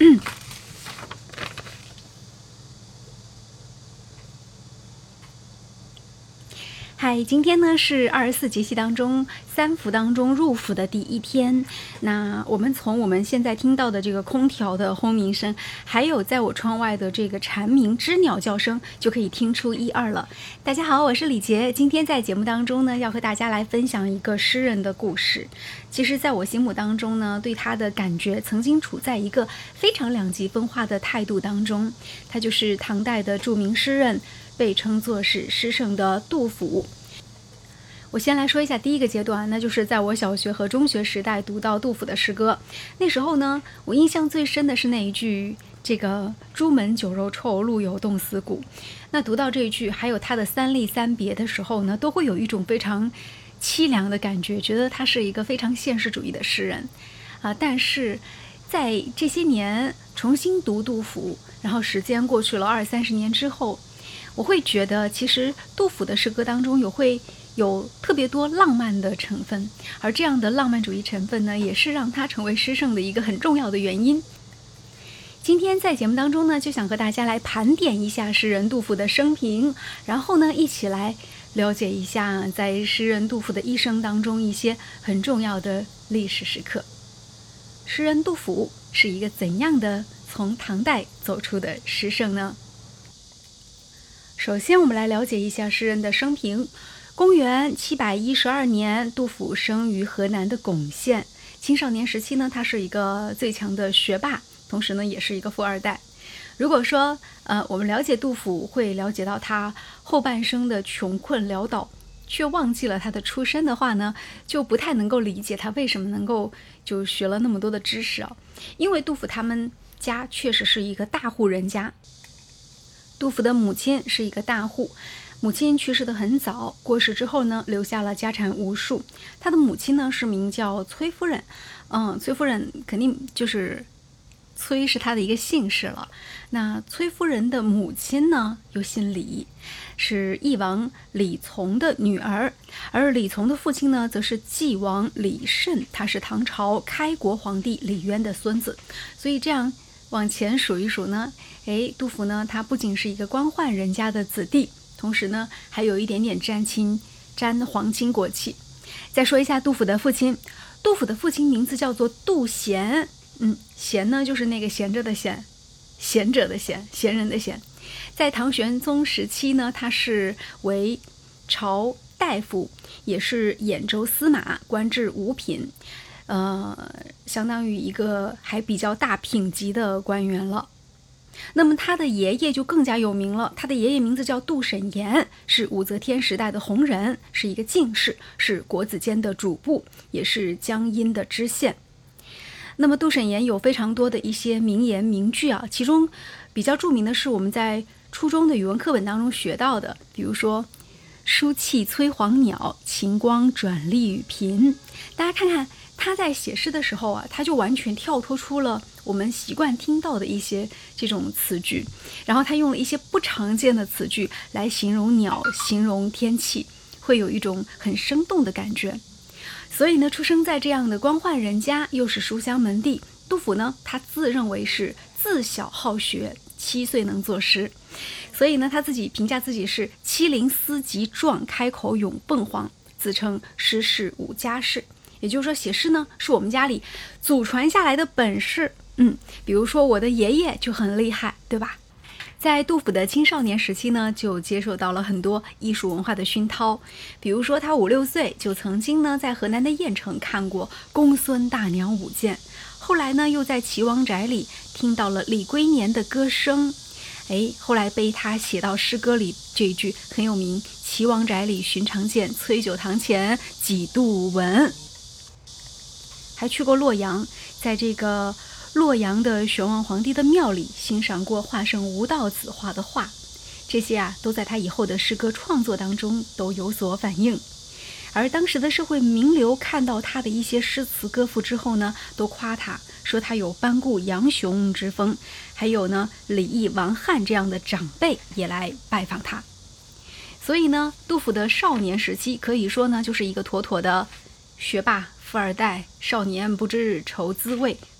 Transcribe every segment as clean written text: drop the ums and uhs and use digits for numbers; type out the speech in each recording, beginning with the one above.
嗨，今天呢是24节气当中3伏当中入伏的第一天。那我们从我们现在听到的这个空调的轰鸣声，还有在我窗外的这个蝉鸣、知鸟叫声，就可以听出一二了。大家好，我是李杰。今天在节目当中呢，要和大家来分享一个诗人的故事。其实在我心目当中呢，对他的感觉曾经处在一个非常两极分化的态度当中。他就是唐代的著名诗人，被称作是诗圣的杜甫。我先来说一下第一个阶段，那就是在我小学和中学时代读到杜甫的诗歌。那时候呢，我印象最深的是那一句这个朱门酒肉臭，路有冻死骨。那读到这一句，还有他的三吏三别的时候呢，都会有一种非常凄凉的感觉，觉得他是一个非常现实主义的诗人但是在这些年重新读杜甫，然后时间过去了20-30年之后，我会觉得其实杜甫的诗歌当中有特别多浪漫的成分，而这样的浪漫主义成分呢，也是让他成为诗圣的一个很重要的原因。今天在节目当中呢，就想和大家来盘点一下诗人杜甫的生平，然后呢，一起来了解一下在诗人杜甫的一生当中一些很重要的历史时刻。诗人杜甫是一个怎样的从唐代走出的诗圣呢？首先我们来了解一下诗人的生平。公元712年，杜甫生于河南的巩县。青少年时期呢，他是一个最强的学霸，同时呢，也是一个富二代。如果说我们了解杜甫，会了解到他后半生的穷困潦倒，却忘记了他的出身的话呢，就不太能够理解他为什么能够就学了那么多的知识啊。因为杜甫他们家确实是一个大户人家，杜甫的母亲是一个大户。母亲去世得很早，过世之后呢，留下了家产无数。他的母亲呢是名叫崔夫人，崔夫人肯定就是崔是他的一个姓氏了。那崔夫人的母亲呢又姓李，是翼王李从的女儿，而李从的父亲呢则是晋王李慎，他是唐朝开国皇帝李渊的孙子。所以这样往前数一数呢，杜甫呢他不仅是一个官宦人家的子弟，同时呢还有一点点沾皇亲国戚。再说一下杜甫的父亲，杜甫的父亲名字叫做杜贤，贤呢就是那个闲着的闲，贤者的贤，贤人的贤。在唐玄宗时期呢，他是为朝大夫，也是兖州司马，官至五品，相当于一个还比较大品级的官员了。那么他的爷爷就更加有名了，他的爷爷名字叫杜审言，是武则天时代的红人，是一个进士，是国子监的主簿，也是江阴的知县。那么杜审言有非常多的一些名言名句啊，其中比较著名的是我们在初中的语文课本当中学到的，比如说书气催黄鸟，晴光转丽与频。大家看看他在写诗的时候啊，他就完全跳脱出了我们习惯听到的一些这种词句，然后他用了一些不常见的词句来形容鸟，形容天气，会有一种很生动的感觉。所以呢，出生在这样的官宦人家，又是书香门第，杜甫呢，他自认为是自小好学，7岁能作诗。所以呢，他自己评价自己是7龄思极壮，开口咏凤凰，自称诗事无家事。也就是说，写诗呢是我们家里祖传下来的本事。比如说我的爷爷就很厉害，对吧？在杜甫的青少年时期呢，就接受到了很多艺术文化的熏陶。比如说他5-6岁就曾经呢在河南的郾城看过公孙大娘舞剑，后来呢又在岐王宅里听到了李龟年的歌声。后来被他写到诗歌里，这一句很有名：岐王宅里寻常见，崔九堂前几度闻。还去过洛阳，在这个洛阳的玄王皇帝的庙里欣赏过画圣吴道子画的画，这些都在他以后的诗歌创作当中都有所反映。而当时的社会名流看到他的一些诗词歌赋之后呢，都夸他，说他有班固、杨雄之风，还有呢李益、王翰这样的长辈也来拜访他。所以呢，杜甫的少年时期可以说呢，就是一个妥妥的学霸、富二代，少年不知愁滋味，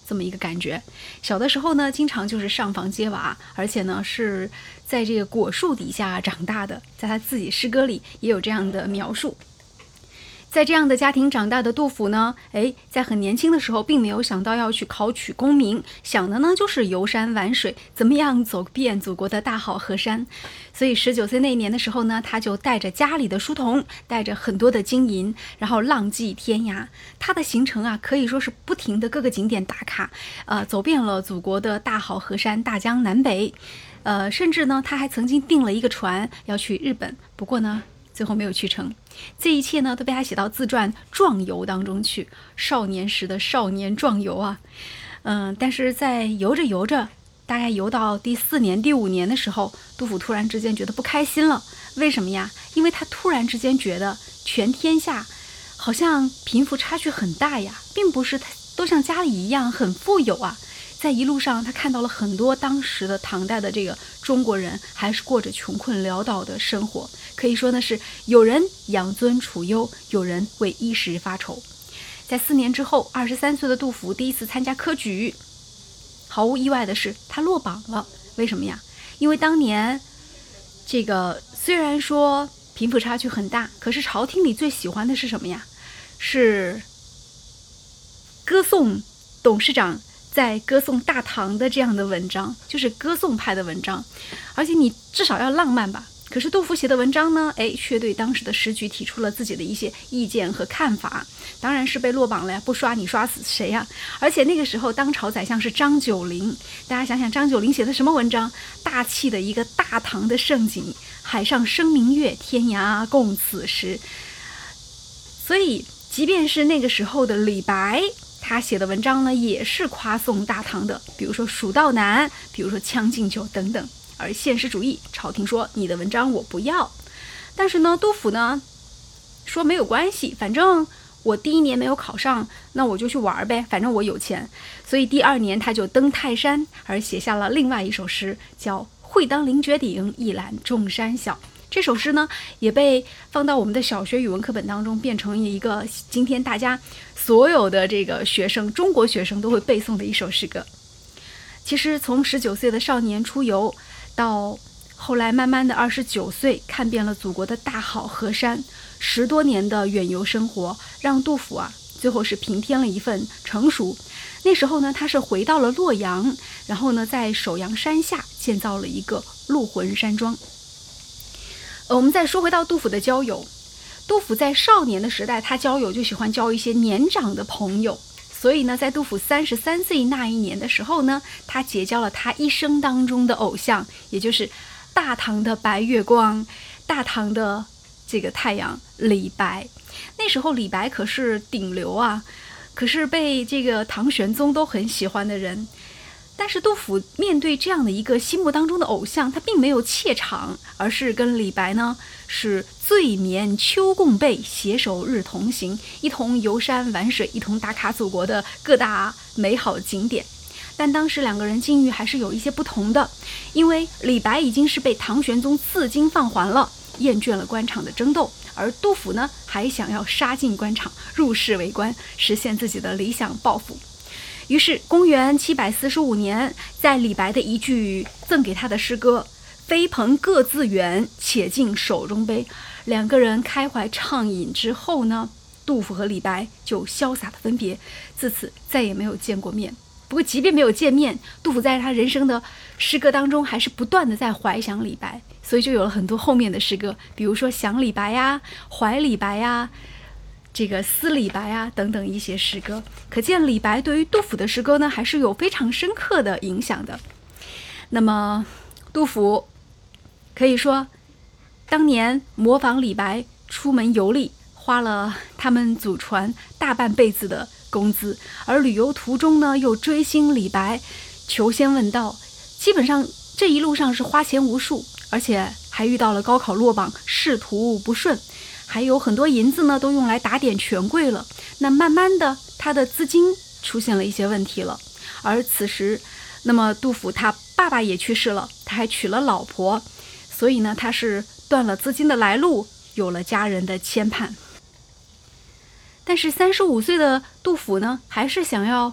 这么一个感觉。小的时候呢，经常就是上房揭瓦，而且呢是在这个果树底下长大的，在他自己诗歌里也有这样的描述。在这样的家庭长大的杜甫呢，在很年轻的时候并没有想到要去考取功名，想的呢就是游山玩水，怎么样走遍祖国的大好河山。所以19岁那年的时候呢，他就带着家里的书童，带着很多的金银，然后浪迹天涯。他的行程啊，可以说是不停的各个景点打卡，走遍了祖国的大好河山，大江南北。甚至呢，他还曾经订了一个船要去日本，不过呢最后没有去成。这一切呢都被他写到自传《壮游》当中去，少年时的少年壮游啊。但是在游着游着，大概游到第4年第5年的时候，杜甫突然之间觉得不开心了。为什么呀？因为他突然之间觉得全天下好像贫富差距很大呀，并不是都像家里一样很富有啊。在一路上他看到了很多当时的唐代的这个中国人还是过着穷困潦倒的生活，可以说呢是有人养尊处优，有人为衣食发愁。在4年之后，23岁的杜甫第一次参加科举，毫无意外的是他落榜了。为什么呀？因为当年这个虽然说贫富差距很大，可是朝廷里最喜欢的是什么呀？是歌颂董事长在歌颂大唐的这样的文章，就是歌颂派的文章，而且你至少要浪漫吧。可是杜甫写的文章呢，却对当时的时局提出了自己的一些意见和看法，当然是被落榜了呀，不刷你刷死谁呀？而且那个时候当朝宰相是张九龄，大家想想张九龄写的什么文章？大气的一个大唐的盛景，海上生明月，天涯共此时。所以即便是那个时候的李白，他写的文章呢也是夸颂大唐的，比如说《蜀道难》，比如说《将进酒》等等。而现实主义，朝廷说你的文章我不要。但是呢，杜甫呢说没有关系，反正我第1年没有考上，那我就去玩呗，反正我有钱。所以第2年他就登泰山，而写下了另外一首诗，叫《会当凌绝顶，一览众山小》。这首诗呢也被放到我们的小学语文课本当中，变成一个今天大家所有的这个学生，中国学生都会背诵的一首诗歌。其实从19岁的少年出游，到后来慢慢的29岁，看遍了祖国的大好河山，10多年的远游生活，让杜甫最后是平添了一份成熟。那时候呢，他是回到了洛阳，然后呢在首阳山下建造了一个鹿魂山庄。我们再说回到杜甫的交友，杜甫在少年的时代，他交友就喜欢交一些年长的朋友，所以呢，在杜甫33岁那一年的时候呢，他结交了他一生当中的偶像，也就是大唐的白月光，大唐的这个太阳李白。那时候李白可是顶流啊，可是被这个唐玄宗都很喜欢的人。但是杜甫面对这样的一个心目当中的偶像，他并没有怯场，而是跟李白呢是醉眠秋共被，携手日同行，一同游山玩水，一同打卡祖国的各大美好景点。但当时2个人境遇还是有一些不同的，因为李白已经是被唐玄宗赐金放还了，厌倦了官场的争斗，而杜甫呢还想要杀进官场，入仕为官，实现自己的理想抱负。于是公元745年，在李白的一句赠给他的诗歌“飞蓬各自远，且尽手中杯”，两个人开怀畅饮之后呢，杜甫和李白就潇洒的分别，自此再也没有见过面。不过即便没有见面，杜甫在他人生的诗歌当中还是不断的在怀想李白，所以就有了很多后面的诗歌，比如说想李白呀、怀李白呀、这个思李白啊等等一些诗歌。可见李白对于杜甫的诗歌呢还是有非常深刻的影响的。那么杜甫可以说当年模仿李白出门游历，花了他们祖传大半辈子的工资，而旅游途中呢又追星李白，求仙问道，基本上这一路上是花钱无数，而且还遇到了高考落榜，仕途不顺，还有很多银子呢都用来打点权贵了。那慢慢的他的资金出现了一些问题了，而此时那么杜甫他爸爸也去世了，他还娶了老婆，所以呢他是断了资金的来路，有了家人的牵绊。但是35岁的杜甫呢还是想要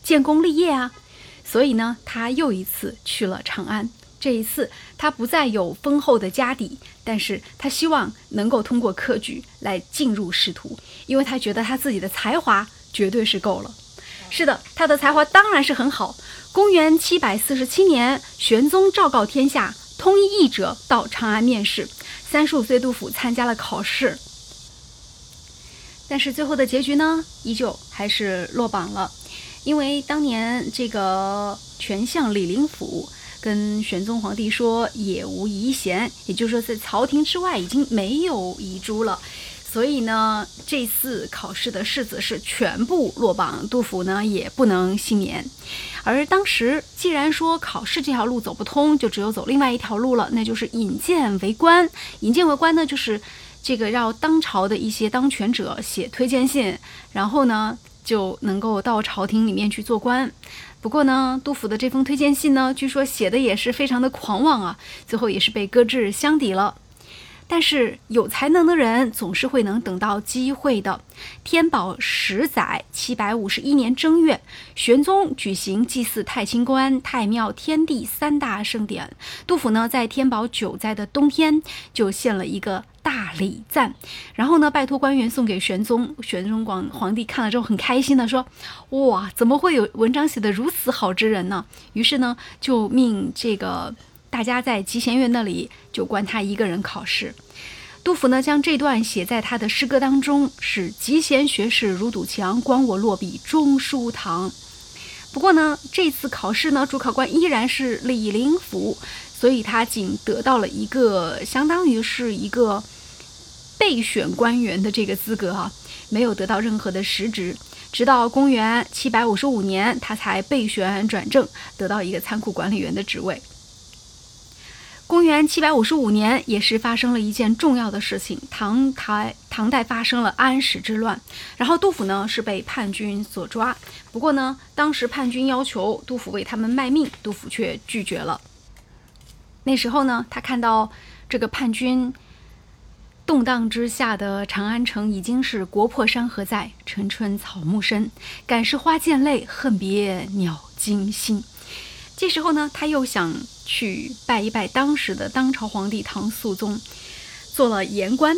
建功立业啊。所以呢，他又一次去了长安。这一次他不再有丰厚的家底，但是他希望能够通过科举来进入仕途，因为他觉得他自己的才华绝对是够了。是的，他的才华当然是很好。公元747年，玄宗昭告天下，通译译者到长安面试。35岁杜甫参加了考试，但是最后的结局呢，依旧还是落榜了。因为当年这个权相李林甫跟玄宗皇帝说也无遗贤，也就是说在朝廷之外已经没有遗珠了，所以呢这次考试的士子是全部落榜，杜甫呢也不能幸免。而当时既然说考试这条路走不通，就只有走另外一条路了，那就是引荐为官。引荐为官呢，就是这个让当朝的一些当权者写推荐信，然后呢就能够到朝廷里面去做官。不过呢，杜甫的这封推荐信呢，据说写的也是非常的狂妄啊，最后也是被搁置箱底了。但是有才能的人总是会能等到机会的。天宝10载751年正月，玄宗举行祭祀太清观、太庙、天地3大盛典。杜甫呢，在天宝9载的冬天就献了一个大礼赞，然后呢，拜托官员送给玄宗。玄宗皇帝看了之后很开心的说：“哇，怎么会有文章写得如此好之人呢？”于是呢，就命这个大家在集贤院那里就关他一个人考试。杜甫呢将这段写在他的诗歌当中，是集贤学士如堵墙，观我落笔中书堂。不过呢，这次考试呢，主考官依然是李林甫，所以他仅得到了一个相当于是一个备选官员的这个资格啊，没有得到任何的实职。直到公元755年，他才备选转正，得到一个仓库管理员的职位。公元755年，也是发生了一件重要的事情，唐代发生了安史之乱，然后杜甫呢是被叛军所抓。不过呢，当时叛军要求杜甫为他们卖命，杜甫却拒绝了。那时候呢，他看到这个叛军动荡之下的长安城已经是国破山河在，城春草木深，感时花溅泪，恨别鸟惊心。这时候呢，他又想去拜一拜当时的当朝皇帝唐肃宗，做了言官。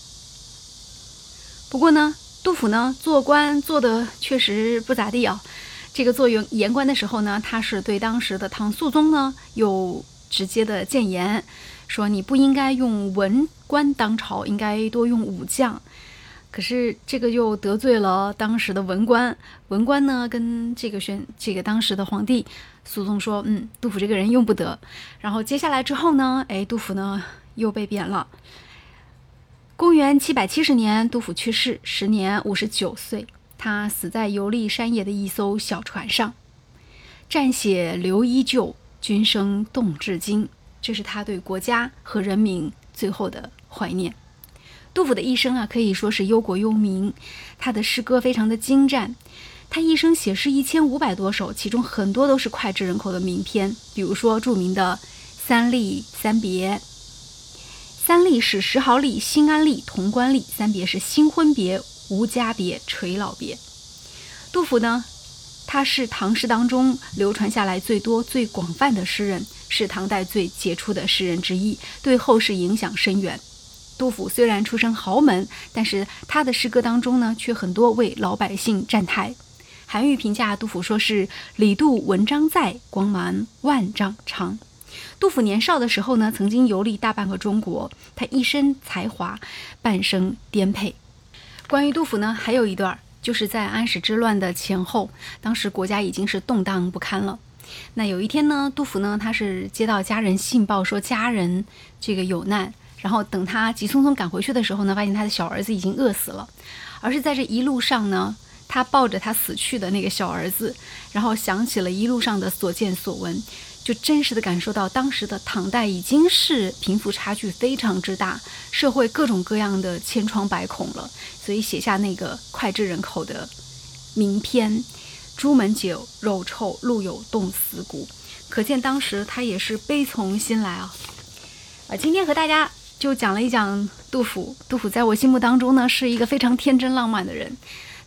不过呢，杜甫呢做官做的确实不咋地啊。这个做言官的时候呢，他是对当时的唐肃宗呢有直接的谏言，说你不应该用文官当朝，应该多用武将。可是这个又得罪了当时的文官，文官呢跟这个当时的皇帝肃宗说，杜甫这个人用不得。然后接下来之后呢，杜甫呢又被贬了。公元770年，杜甫去世，时年59岁。他死在游历山野的一艘小船上，战血流依旧，军声动至今。这是他对国家和人民最后的怀念。杜甫的一生啊，可以说是忧国忧民，他的诗歌非常的精湛。他一生写诗1500多首，其中很多都是脍炙人口的名篇，比如说著名的三吏三别。三吏是石壕吏、新安吏、潼关吏，三别是新婚别、无家别、垂老别。杜甫呢，他是唐诗当中流传下来最多最广泛的诗人，是唐代最杰出的诗人之一，对后世影响深远。杜甫虽然出身豪门，但是他的诗歌当中呢，却很多为老百姓站台。韩愈评价杜甫说是李杜文章在，光芒万丈长。杜甫年少的时候呢，曾经游历大半个中国，他一身才华，半生颠沛。关于杜甫呢，还有一段，就是在安史之乱的前后，当时国家已经是动荡不堪了。那有一天呢，杜甫呢，他是接到家人信报说家人这个有难，然后等他急匆匆赶回去的时候呢，发现他的小儿子已经饿死了。而是在这一路上呢，他抱着他死去的那个小儿子，然后想起了一路上的所见所闻，就真实的感受到当时的唐代已经是贫富差距非常之大，社会各种各样的千疮百孔了，所以写下那个脍炙人口的名篇朱门酒肉臭，路有冻死骨。可见当时他也是悲从心来啊。今天和大家就讲了一讲杜甫。杜甫在我心目当中呢，是一个非常天真浪漫的人。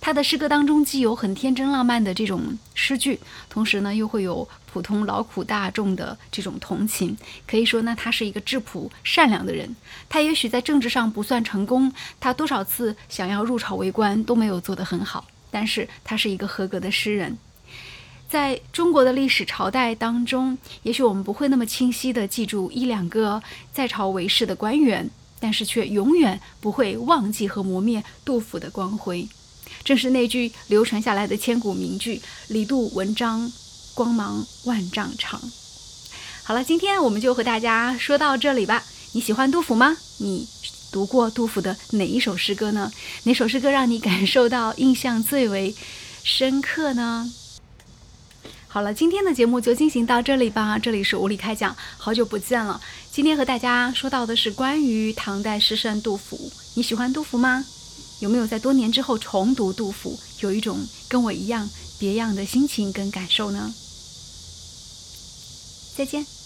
他的诗歌当中既有很天真浪漫的这种诗句，同时呢又会有普通劳苦大众的这种同情。可以说呢，他是一个质朴善良的人。他也许在政治上不算成功，他多少次想要入朝为官都没有做得很好，但是他是一个合格的诗人。在中国的历史朝代当中，也许我们不会那么清晰地记住一两个在朝为士的官员，但是却永远不会忘记和磨灭杜甫的光辉。正是那句流传下来的千古名句，李杜文章光芒万丈长。好了，今天我们就和大家说到这里吧。你喜欢杜甫吗？你读过杜甫的哪一首诗歌呢？哪首诗歌让你感受到印象最为深刻呢？好了，今天的节目就进行到这里吧。这里是无理开讲，好久不见了。今天和大家说到的是关于唐代诗圣杜甫。你喜欢杜甫吗？有没有在多年之后重读杜甫，有一种跟我一样别样的心情跟感受呢？再见。